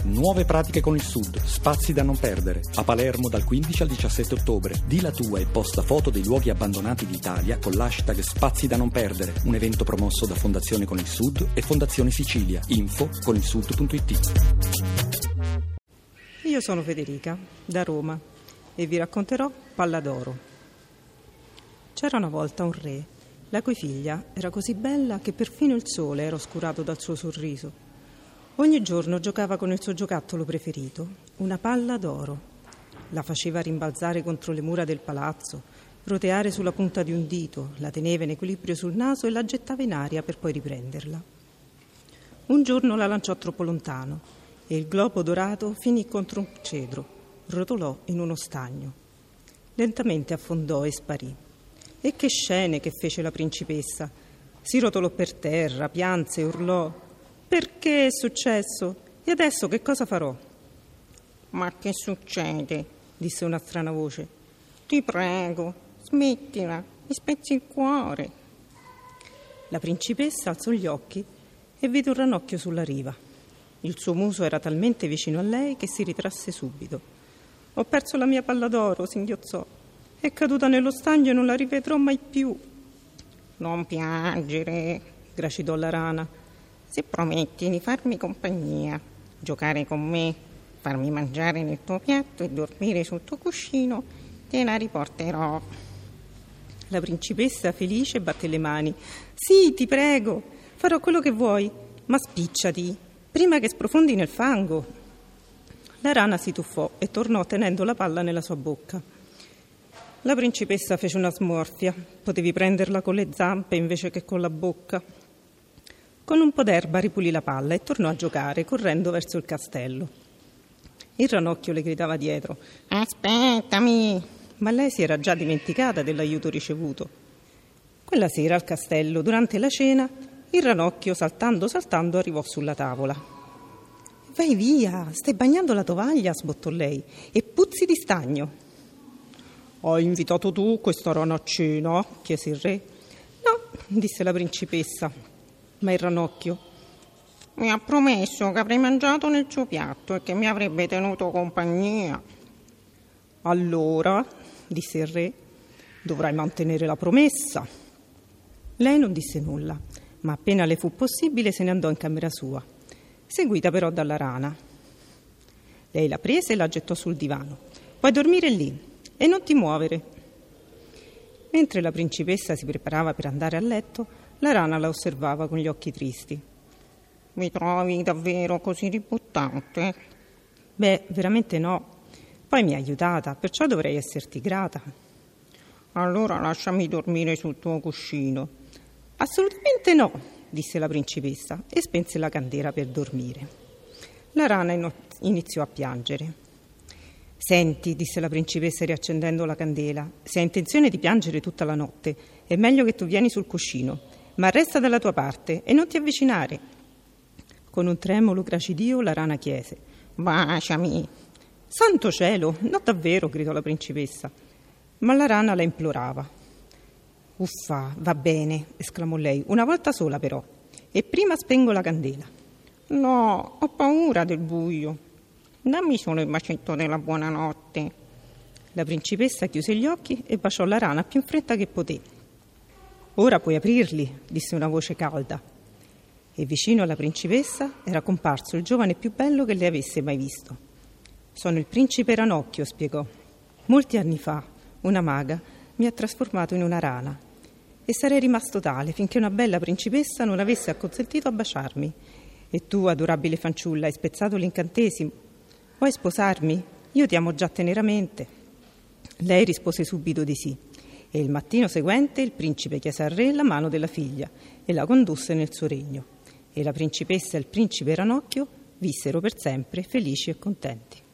Nuove pratiche con il Sud, spazi da non perdere. A Palermo dal 15 al 17 ottobre. Di la tua e posta foto dei luoghi abbandonati d'Italia con l'hashtag Spazi da non perdere. Un evento promosso da Fondazione Con il Sud e Fondazione Sicilia. Info conilsud.it. Io sono Federica, da Roma, e vi racconterò Palla d'Oro. C'era una volta un re, la cui figlia era così bella che perfino il sole era oscurato dal suo sorriso. Ogni giorno giocava con il suo giocattolo preferito, una palla d'oro. La faceva rimbalzare contro le mura del palazzo, roteare sulla punta di un dito, la teneva in equilibrio sul naso e la gettava in aria per poi riprenderla. Un giorno la lanciò troppo lontano e il globo dorato finì contro un cedro, rotolò in uno stagno. Lentamente affondò e sparì. E che scene che fece la principessa! Si rotolò per terra, pianse e urlò: «Perché è successo? E adesso che cosa farò?» «Ma che succede?» disse una strana voce. «Ti prego, smettila, mi spezzi il cuore». La principessa alzò gli occhi e vide un ranocchio sulla riva. Il suo muso era talmente vicino a lei che si ritrasse subito. «Ho perso la mia palla d'oro», singhiozzò. «È caduta nello stagno e non la rivedrò mai più». «Non piangere», gracidò la rana. «Se prometti di farmi compagnia, giocare con me, farmi mangiare nel tuo piatto e dormire sul tuo cuscino, te la riporterò». La principessa, felice, batté le mani. «Sì, ti prego, farò quello che vuoi, ma spicciati, prima che sprofondi nel fango». La rana si tuffò e tornò tenendo la palla nella sua bocca. La principessa fece una smorfia. Potevi prenderla con le zampe invece che con la bocca. Con un po' d'erba ripulì la palla e tornò a giocare, correndo verso il castello. Il ranocchio le gridava dietro: «Aspettami!» Ma lei si era già dimenticata dell'aiuto ricevuto. Quella sera al castello, durante la cena, il ranocchio, saltando, arrivò sulla tavola. «Vai via, stai bagnando la tovaglia», sbottò lei, «e puzzi di stagno». «Hai invitato tu questa rana a cena?» chiese il re. «No», disse la principessa. Ma il ranocchio: «Mi ha promesso che avrei mangiato nel suo piatto e che mi avrebbe tenuto compagnia». «Allora», disse il re, «dovrai mantenere la promessa». Lei non disse nulla, ma appena le fu possibile se ne andò in camera sua, seguita però dalla rana. Lei la prese e la gettò sul divano. «Puoi dormire lì e non ti muovere». Mentre la principessa si preparava per andare a letto, la rana la osservava con gli occhi tristi. «Mi trovi davvero così ributtante?» «Beh, veramente no. Poi mi hai aiutata, perciò dovrei esserti grata». «Allora lasciami dormire sul tuo cuscino». «Assolutamente no», disse la principessa e spense la candela per dormire. La rana iniziò a piangere. «Senti», disse la principessa riaccendendo la candela, «se hai intenzione di piangere tutta la notte, è meglio che tu vieni sul cuscino, ma resta dalla tua parte e non ti avvicinare». Con un tremulo gracidio la rana chiese: «Baciami». «Santo cielo, no davvero», gridò la principessa. Ma la rana la implorava. «Uffa, va bene», esclamò lei, «una volta sola però, e prima spengo la candela». «No, ho paura del buio. Dammi solo il bacetto della buonanotte». La principessa chiuse gli occhi e baciò la rana più in fretta che poté. «Ora puoi aprirli», disse una voce calda. E vicino alla principessa era comparso il giovane più bello che lei avesse mai visto. «Sono il principe Ranocchio», spiegò. «Molti anni fa una maga mi ha trasformato in una rana e sarei rimasto tale finché una bella principessa non avesse acconsentito a baciarmi. E tu, adorabile fanciulla, hai spezzato l'incantesimo. Vuoi sposarmi? Io ti amo già teneramente». Lei rispose subito di sì. E il mattino seguente il principe chiese al re la mano della figlia e la condusse nel suo regno. E la principessa e il principe Ranocchio vissero per sempre felici e contenti.